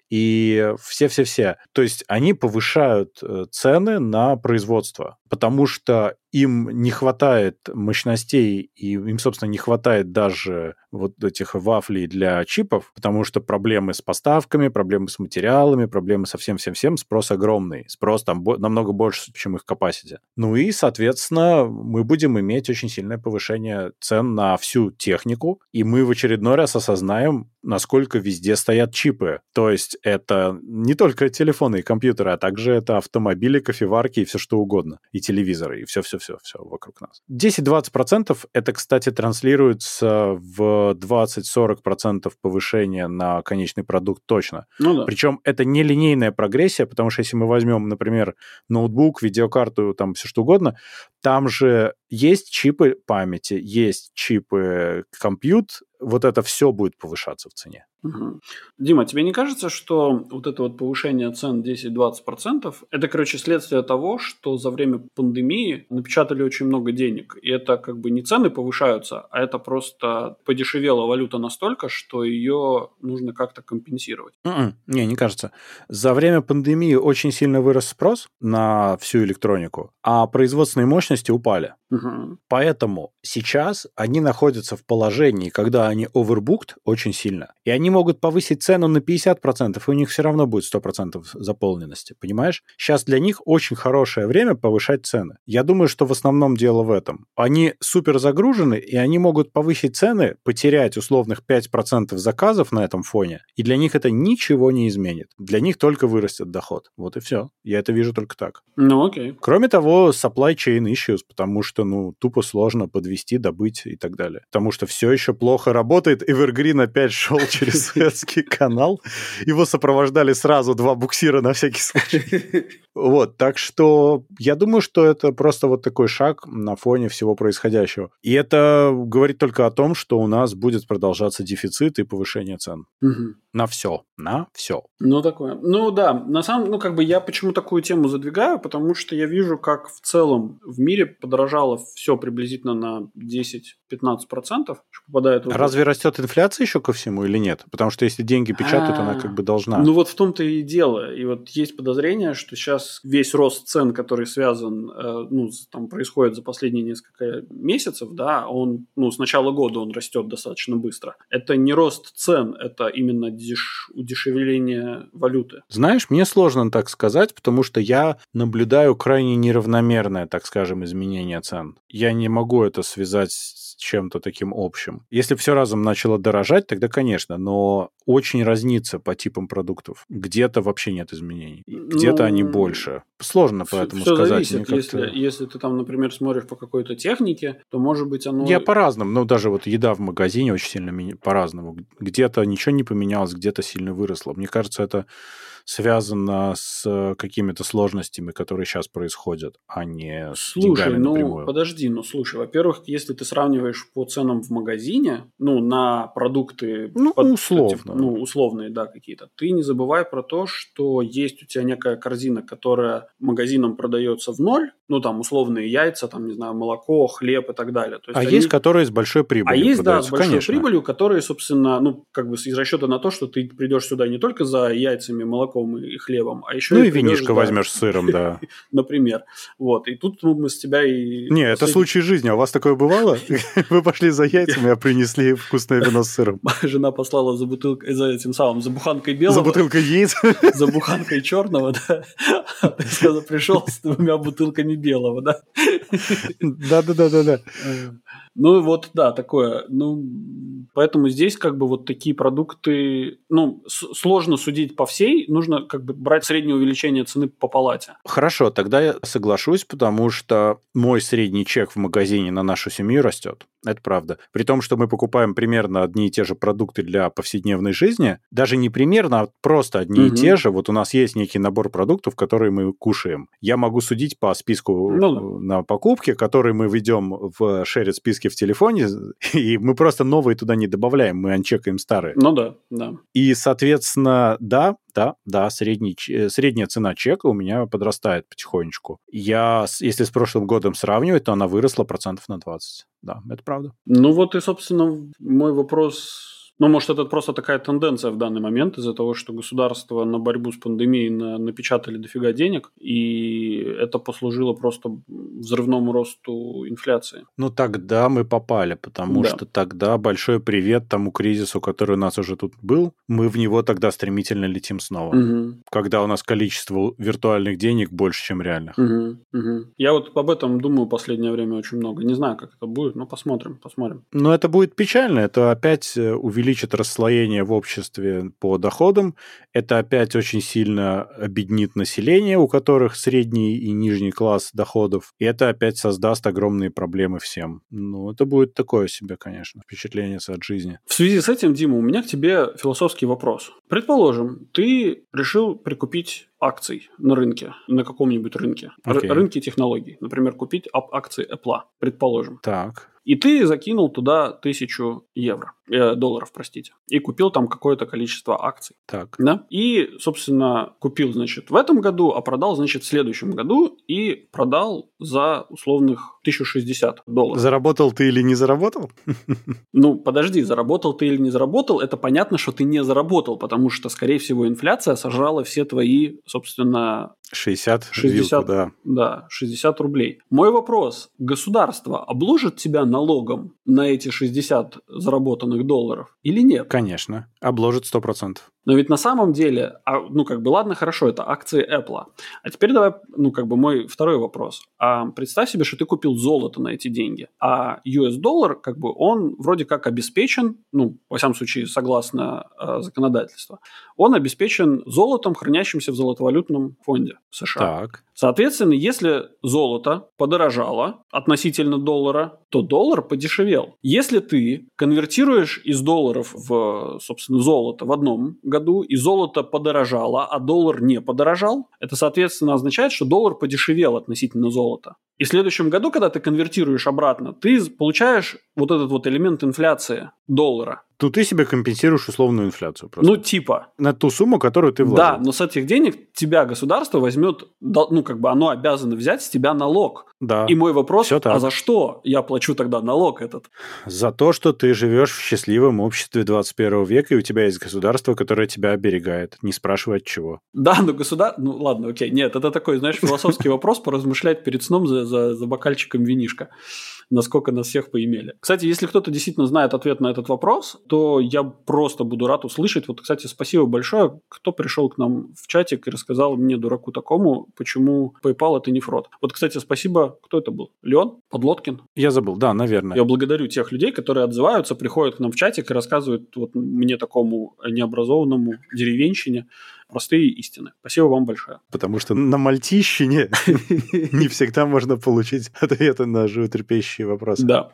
и все-все-все. То есть они повышают цены на производство, потому что им не хватает мощностей, и им, собственно, не хватает даже вот этих вафлей для чипов, потому что проблемы с поставками, проблемы с материалами, проблемы со всем-всем-всем, спрос огромный. Спрос там намного больше, чем их capacity. И, соответственно, мы будем иметь очень сильное повышение цен на всю технику, и мы в очередной раз осознаем, насколько везде стоят чипы. То есть это не только телефоны и компьютеры, а также это автомобили, кофеварки и все что угодно, и телевизоры, и все вокруг нас. 10-20% это, кстати, транслируется в 20-40% повышения на конечный продукт точно. Да. Причем это не линейная прогрессия, потому что если мы возьмем, например, ноутбук, видеокарту, там все что угодно, там же есть чипы памяти, есть чипы компьют, вот это все будет повышаться в цене. Угу. Дима, тебе не кажется, что вот это вот повышение цен 10-20% это, короче, следствие того, что за время пандемии напечатали очень много денег, и это как бы не цены повышаются, а это просто подешевела валюта настолько, что ее нужно как-то компенсировать? Не кажется. За время пандемии очень сильно вырос спрос на всю электронику, а производственные мощности упали. Угу. Поэтому сейчас они находятся в положении, когда они overbooked очень сильно, и они могут повысить цену на 50%, и у них все равно будет 100% заполненности, понимаешь? Сейчас для них очень хорошее время повышать цены. Я думаю, что в основном дело в этом. Они супер загружены, и они могут повысить цены, потерять условных 5% заказов на этом фоне, и для них это ничего не изменит. Для них только вырастет доход. Вот и все. Я это вижу только так. Окей. Кроме того, supply chain issues, потому что, тупо сложно подвести, добыть и так далее. Потому что все еще плохо работает. Evergreen опять шел через Суэцкий канал. Его сопровождали сразу 2 буксира на всякий случай. Вот, так что я думаю, что это просто вот такой шаг на фоне всего происходящего. И это говорит только о том, что у нас будет продолжаться дефицит и повышение цен. Угу. На все. Такое. Да, на самом я почему такую тему задвигаю, потому что я вижу, как в целом в мире подорожало все приблизительно на 10-15%, что попадает... Разве растет инфляция еще ко всему или нет? Потому что если деньги печатают, она как бы должна. Вот в том-то и дело. И вот есть подозрение, что сейчас сейчас весь рост цен, который связан, там происходит за последние несколько месяцев, да, он, с начала года он растет достаточно быстро. Это не рост цен, это именно удешевление валюты. Знаешь, мне сложно так сказать, потому что я наблюдаю крайне неравномерное, так скажем, изменение цен. Я не могу это связать с чем-то таким общим. Если все разом начало дорожать, тогда, конечно, но очень разнится по типам продуктов. Где-то вообще нет изменений, где-то они больше. Сложно поэтому все сказать. Зависит. Если ты там, например, смотришь по какой-то технике, то, может быть, оно... Я по-разному. Даже вот еда в магазине очень сильно по-разному. Где-то ничего не поменялось, где-то сильно выросло. Мне кажется, это связано с какими-то сложностями, которые сейчас происходят, а не с деньгами напрямую. Подожди, во-первых, если ты сравниваешь по ценам в магазине, на продукты... условно. Условные, да, какие-то. Ты не забывай про то, что есть у тебя некая корзина, которая магазинам продается в ноль, там условные яйца, там, не знаю, молоко, хлеб и так далее. То есть есть, которые с большой прибылью есть, да, продаются, с большой конечно. прибылью, которые, собственно, из расчета на то, что ты придешь сюда не только за яйцами, молоком и хлебом, а еще и винишко возьмешь с сыром, да. Например. Вот. И тут мы с тебя и... Не, это случай жизни. А у вас такое бывало? Вы пошли за яйцами, а принесли вкусное вино с сыром. Жена послала за буханкой белого. За бутылкой яиц. За буханкой черного, да. А ты пришел с 2 бутылками белого, да. Да. Такое. Поэтому здесь такие продукты... сложно судить по всей, нужно брать среднее увеличение цены по палате. Хорошо, тогда я соглашусь, потому что мой средний чек в магазине на нашу семью растет. Это правда. При том, что мы покупаем примерно одни и те же продукты для повседневной жизни, даже не примерно, а просто одни и те же. Вот у нас есть некий набор продуктов, которые мы кушаем. Я могу судить по списку на покупки, которые мы ведем в шерит списке в телефоне, и мы просто новые туда не добавляем, мы анчекаем старые. Да. И, соответственно, да, средняя цена чека у меня подрастает потихонечку. Если с прошлым годом сравнивать, то она выросла 20%. Да, это правда. И, собственно, мой вопрос... может, это просто такая тенденция в данный момент из-за того, что государство на борьбу с пандемией напечатали дофига денег, и это послужило просто взрывному росту инфляции. Тогда мы попали, потому что тогда большой привет тому кризису, который у нас уже тут был, мы в него тогда стремительно летим снова. Когда у нас количество виртуальных денег больше, чем реальных. Я об этом думаю в последнее время очень много. Не знаю, как это будет, но посмотрим. Но это будет печально, это опять увеличит расслоение в обществе по доходам, это опять очень сильно обеднит население, у которых средний и нижний класс доходов, и это опять создаст огромные проблемы всем. Это будет такое себе, конечно, впечатление от жизни. В связи с этим, Дима, у меня к тебе философский вопрос. Предположим, ты решил прикупить акций на рынке, на каком-нибудь рынке, рынке технологий, например, купить акции Apple, предположим. Так. И ты закинул туда 1000 долларов, и купил там какое-то количество акций. Так. Да? И, собственно, купил, в этом году, а продал, в следующем году, и продал за условных $1060. Заработал ты или не заработал? Подожди, заработал ты или не заработал, это понятно, что ты не заработал, потому что, скорее всего, инфляция сожрала все твои, собственно... 60, да. Да, 60 рублей. Мой вопрос. Государство обложит тебя налогом на эти 60 заработанных долларов или нет? Конечно. Обложит 100%. Но ведь на самом деле, ладно, хорошо, это акции Apple. А теперь давай, мой второй вопрос. Представь себе, что ты купил золото на эти деньги, а US-доллар, он вроде как обеспечен, во всяком случае, согласно законодательству, он обеспечен золотом, хранящимся в золотовалютном фонде США. Так. Соответственно, если золото подорожало относительно доллара, то доллар подешевел. Если ты конвертируешь из долларов в, собственно, золото в одном году, и золото подорожало, а доллар не подорожал, это, соответственно, означает, что доллар подешевел относительно золота. И в следующем году, когда ты конвертируешь обратно, ты получаешь вот этот элемент инфляции. доллара. То ты себе компенсируешь условную инфляцию просто. Ну, типа. На ту сумму, которую ты вложил. Да, но с этих денег тебя государство возьмет, ну, как бы оно обязано взять с тебя налог. Да. И мой вопрос, а за что я плачу тогда налог этот? За то, что ты живешь в счастливом обществе 21 века, и у тебя есть государство, которое тебя оберегает, не спрашивая от чего. Да, но государство... Ну, ладно, окей. Нет, это такой, знаешь, философский вопрос, поразмышлять перед сном за бокальчиком винишка. Насколько нас всех поимели. Кстати, если кто-то действительно знает ответ на этот вопрос, то я просто буду рад услышать. Вот, кстати, спасибо большое, кто пришел к нам в чатик и рассказал мне, дураку такому, почему PayPal – это не фрод. Вот, кстати, спасибо. Кто это был? Леон Подлоткин? Я забыл, да, наверное. Я благодарю тех людей, которые отзываются, приходят к нам в чатик и рассказывают вот мне, такому необразованному деревенщине, простые истины. Спасибо вам большое. Потому что на мальтийщине не всегда можно получить ответы на животрепещущие вопросы. Да.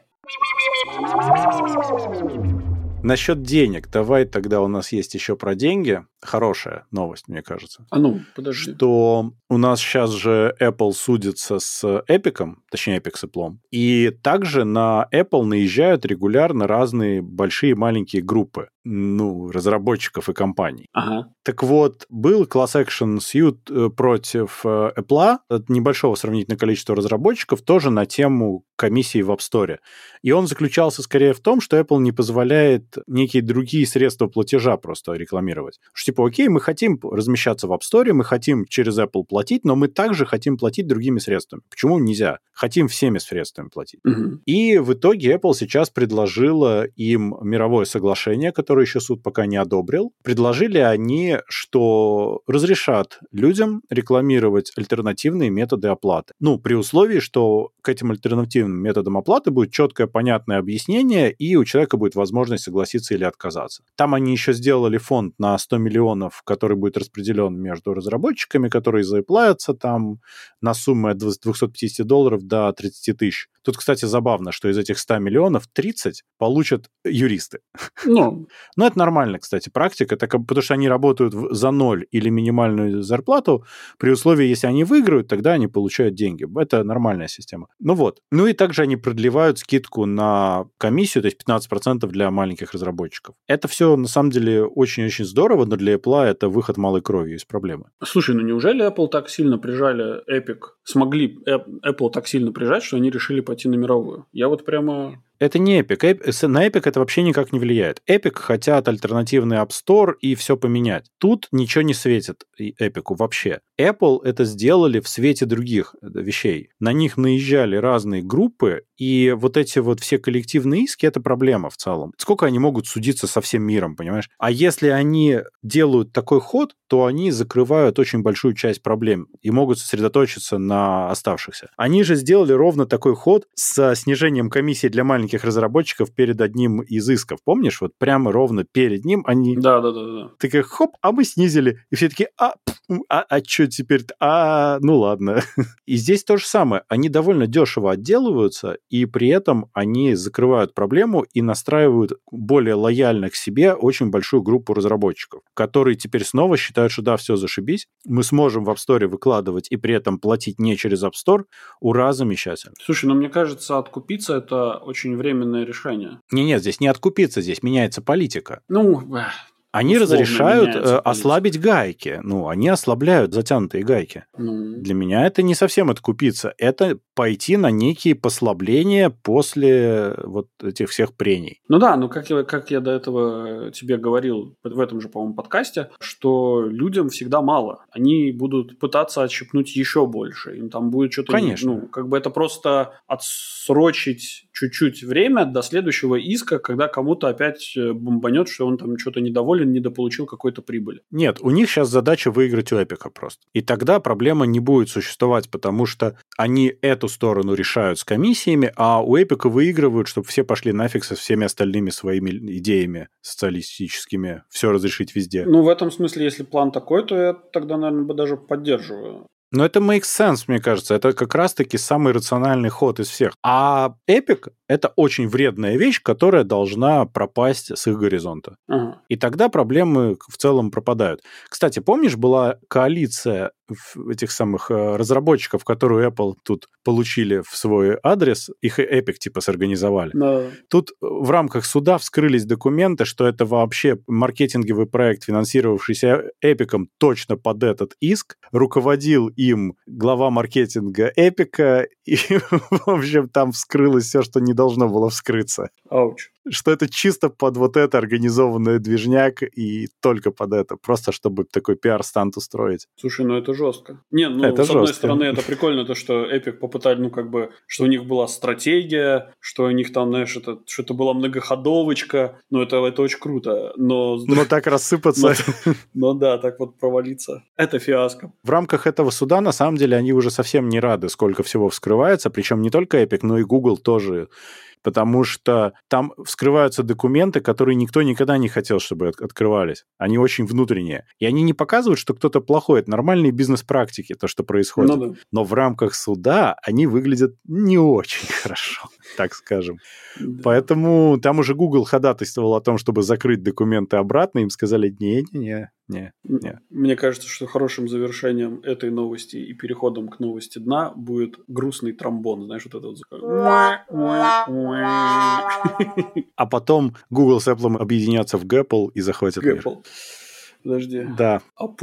Насчет денег. Давай тогда у нас есть еще про деньги. Хорошая новость, мне кажется. А ну, подожди. Что у нас сейчас же Apple судится с Epic, точнее Epic с Apple. И также на Apple наезжают регулярно разные большие и маленькие группы, разработчиков и компаний. Ага. Так вот, был класс-экшн suit против Apple от небольшого сравнительного количества разработчиков тоже на тему комиссии в App Store. И он заключался скорее в том, что Apple не позволяет некие другие средства платежа просто рекламировать. Что типа, окей, мы хотим размещаться в App Store, мы хотим через Apple платить, но мы также хотим платить другими средствами. Почему нельзя? Хотим всеми средствами платить. Угу. И в итоге Apple сейчас предложила им мировое соглашение, которое еще суд пока не одобрил. Предложили они, что разрешат людям рекламировать альтернативные методы оплаты. При условии, что к этим альтернативным методам оплаты будет четкое, понятное объяснение, и у человека будет возможность согласиться или отказаться. Там они еще сделали фонд на 100 миллионов, который будет распределен между разработчиками, которые заплатятся там на сумму от $250 до 30 тысяч. Тут, кстати, забавно, что из этих 100 миллионов 30 получат юристы. Ну, это нормально, кстати, практика, потому что они работают за ноль или минимальную зарплату, при условии, если они выиграют, тогда они получают деньги. Это нормальная система. И также они продлевают скидку на комиссию, то есть 15% для маленьких разработчиков. Это все, на самом деле, очень-очень здорово, но для Apple это выход малой кровью из проблемы. Слушай, неужели Apple так сильно прижали смогли Apple так сильно прижать, что они решили пойти на мировую? Я вот прямо... Это не Epic. На Epic это вообще никак не влияет. Epic хотят альтернативный App Store и все поменять. Тут ничего не светит Epic вообще. Apple это сделали в свете других вещей. На них наезжали разные группы, и вот эти вот все коллективные иски – это проблема в целом. Сколько они могут судиться со всем миром, понимаешь? А если они делают такой ход, то они закрывают очень большую часть проблем и могут сосредоточиться на оставшихся. Они же сделали ровно такой ход с снижением комиссии для маленьких разработчиков перед одним из исков. Помнишь? Вот прямо ровно перед ним они... Да. Такие, хоп, а мы снизили. И все такие, что теперь-то? Ну ладно. И здесь то же самое. Они довольно дешево отделываются, и при этом они закрывают проблему и настраивают более лояльно к себе очень большую группу разработчиков, которые теперь снова считают, что да, все, зашибись, мы сможем в App Store выкладывать и при этом платить не через App Store. Ура, замечательно. Слушай, мне кажется, откупиться – это очень временное решение. Нет, здесь не откупиться, здесь меняется политика. Они разрешают ослабить гайки. Они ослабляют затянутые гайки. Для меня это не совсем откупиться. Это пойти на некие послабления после вот этих всех прений. Как я до этого тебе говорил в этом же, по-моему, подкасте, что людям всегда мало. Они будут пытаться отщипнуть еще больше. Им там будет что-то... Конечно. Это просто отсрочить чуть-чуть время до следующего иска, когда кому-то опять бомбанет, что он там что-то недоволен, недополучил какой-то прибыли. Нет, у них сейчас задача выиграть у Эпика просто. И тогда проблема не будет существовать, потому что они эту сторону решают с комиссиями, а у Эпика выигрывают, чтобы все пошли нафиг со всеми остальными своими идеями социалистическими, все разрешить везде. В этом смысле, если план такой, то я тогда, наверное, даже поддерживаю. Но это makes sense, мне кажется. Это как раз-таки самый рациональный ход из всех. А Epic это очень вредная вещь, которая должна пропасть с их горизонта. И тогда проблемы в целом пропадают. Кстати, помнишь, была коалиция этих самых разработчиков, которую Apple тут получили в свой адрес, их Epic типа сорганизовали. Да. Тут в рамках суда вскрылись документы, что это вообще маркетинговый проект, финансировавшийся Эпиком точно под этот иск. Руководил им глава маркетинга Эпика, и, в общем, там вскрылось все, что не должно было вскрыться. Ауч. Что это чисто под вот это организованный движняк и только под это, просто чтобы такой пиар-стант устроить. Слушай, ну это жестко. Не, ну это с одной стороны это прикольно, то, что Epic попытали, ну как бы, что у них была стратегия, что у них там, знаешь, что это была многоходовочка, ну это очень круто, но так рассыпаться. Но да, так вот провалиться. Это фиаско. В рамках этого суда, на самом деле, они уже совсем не рады, сколько всего вскрывается, причем не только Epic, но и Google тоже. Потому что там вскрываются документы, которые никто никогда не хотел, чтобы открывались. Они очень внутренние. И они не показывают, что кто-то плохой. Это нормальные бизнес-практики, то, что происходит. Ну, да. Но в рамках суда они выглядят не очень хорошо, так скажем. Да. Поэтому там уже Google ходатайствовал о том, чтобы закрыть документы обратно. Им сказали, не. Мне кажется, что хорошим завершением этой новости и переходом к новости дна будет грустный тромбон. Знаешь, вот этот звук. А потом Google с Apple объединятся в Gapple и захватят мир. Подожди. Да.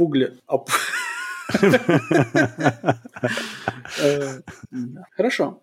Хорошо.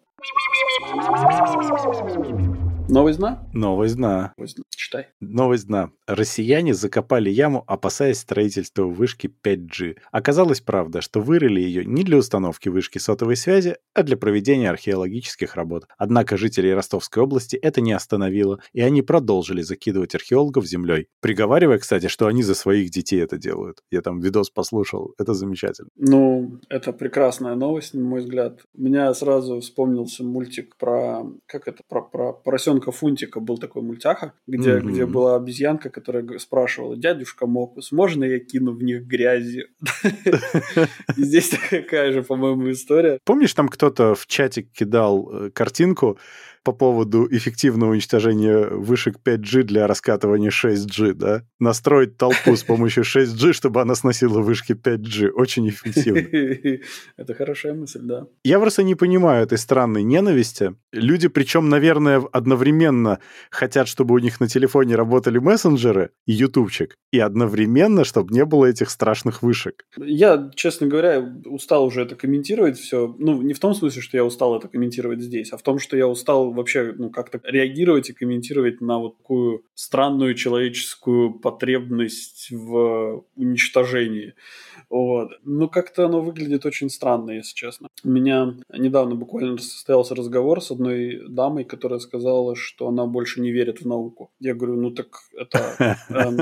Новость дна? Новость дна. Читай. Новость дна. Россияне закопали яму, опасаясь строительства вышки 5G. Оказалось, правда, что вырыли ее не для установки вышки сотовой связи, а для проведения археологических работ. Однако жителей Ростовской области это не остановило, и они продолжили закидывать археологов землей. Приговаривая, кстати, что они за своих детей это делают. Я там видос послушал. Это замечательно. Ну, это прекрасная новость, на мой взгляд. У меня сразу вспомнился мультик про поросенка Фунтика, был такой мультяха, где была обезьянка, которая спрашивала: дядюшка Мопус, можно я кину в них грязи? И здесь такая же, по-моему, история. Помнишь, там кто-то в чатик кидал картинку по поводу эффективного уничтожения вышек 5G для раскатывания 6G, да? Настроить толпу с помощью 6G, чтобы она сносила вышки 5G. Очень эффективно. Это хорошая мысль, да. Я просто не понимаю этой странной ненависти. Люди, причем, наверное, одновременно хотят, чтобы у них на телефоне работали мессенджеры и ютубчик, и одновременно, чтобы не было этих страшных вышек. Я, честно говоря, устал уже это комментировать все. Ну, не в том смысле, что я устал это комментировать здесь, а в том, что я устал вообще как-то реагировать и комментировать на вот такую странную человеческую потребность в уничтожении. Вот. Ну, как-то оно выглядит очень странно, если честно. У меня недавно буквально состоялся разговор с одной дамой, которая сказала, что она больше не верит в науку. Я говорю, ну так это...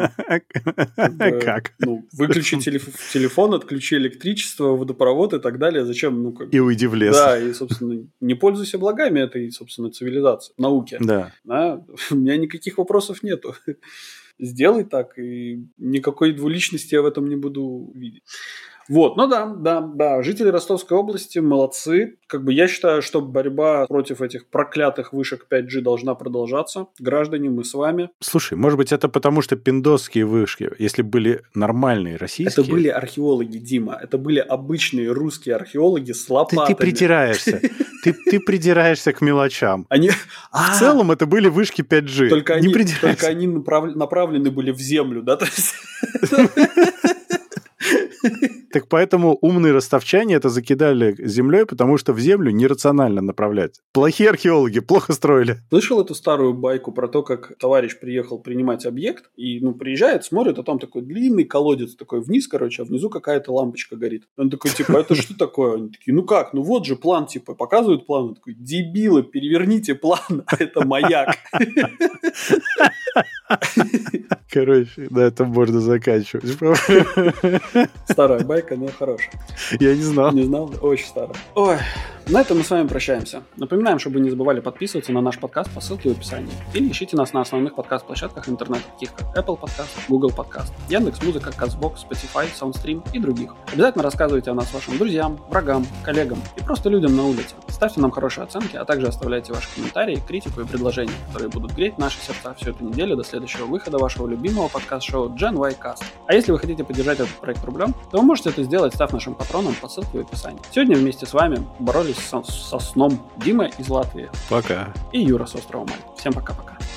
Как? Выключи телефон, отключи электричество, водопровод и так далее. Зачем? И уйди в лес. Да, и, собственно, не пользуйся благами этой, собственно, цивилизации, науки. Да. У меня никаких вопросов нету. Сделай так, и никакой двуличности я в этом не буду видеть. Вот, ну да, жители Ростовской области молодцы. Как бы я считаю, что борьба против этих проклятых вышек 5G должна продолжаться. Граждане, мы с вами. Слушай, может быть, это потому, что пиндосские вышки, если были нормальные российские... Это были археологи, Дима. Это были обычные русские археологи с лопатами. Ты придираешься. Ты придираешься к мелочам. В целом это были вышки 5G. Только они направлены были в землю, да? Так поэтому умные ростовчане это закидали землей, потому что в землю нерационально направлять. Плохие археологи плохо строили. Слышал эту старую байку про то, как товарищ приехал принимать объект, и приезжает, смотрит, а там такой длинный колодец такой вниз, а внизу какая-то лампочка горит. Он такой, это что такое? Они такие, вот же план, показывают план. Он такой, дебилы, переверните план, а это маяк. Короче, да, это можно заканчивать. Старая байка, но хорошая. Я не знал. Не знал? Очень старая. Ой, на этом мы с вами прощаемся. Напоминаем, чтобы не забывали подписываться на наш подкаст по ссылке в описании. Или ищите нас на основных подкаст-площадках интернета, таких как Apple Podcast, Google Podcast, Яндекс.Музыка, Castbox, Spotify, Soundstream и других. Обязательно рассказывайте о нас вашим друзьям, врагам, коллегам и просто людям на улице. Ставьте нам хорошие оценки, а также оставляйте ваши комментарии, критику и предложения, которые будут греть наши сердца всю эту неделю до следующего выхода вашего любимого подкаст-шоу Gen Y Cast. А если вы хотите поддержать этот проект рублем, то вы можете это сделать, став нашим патроном по ссылке в описании. Сегодня вместе с вами боролись со сном Дима из Латвии. Пока. И Юра с острова Мальта. Всем пока-пока.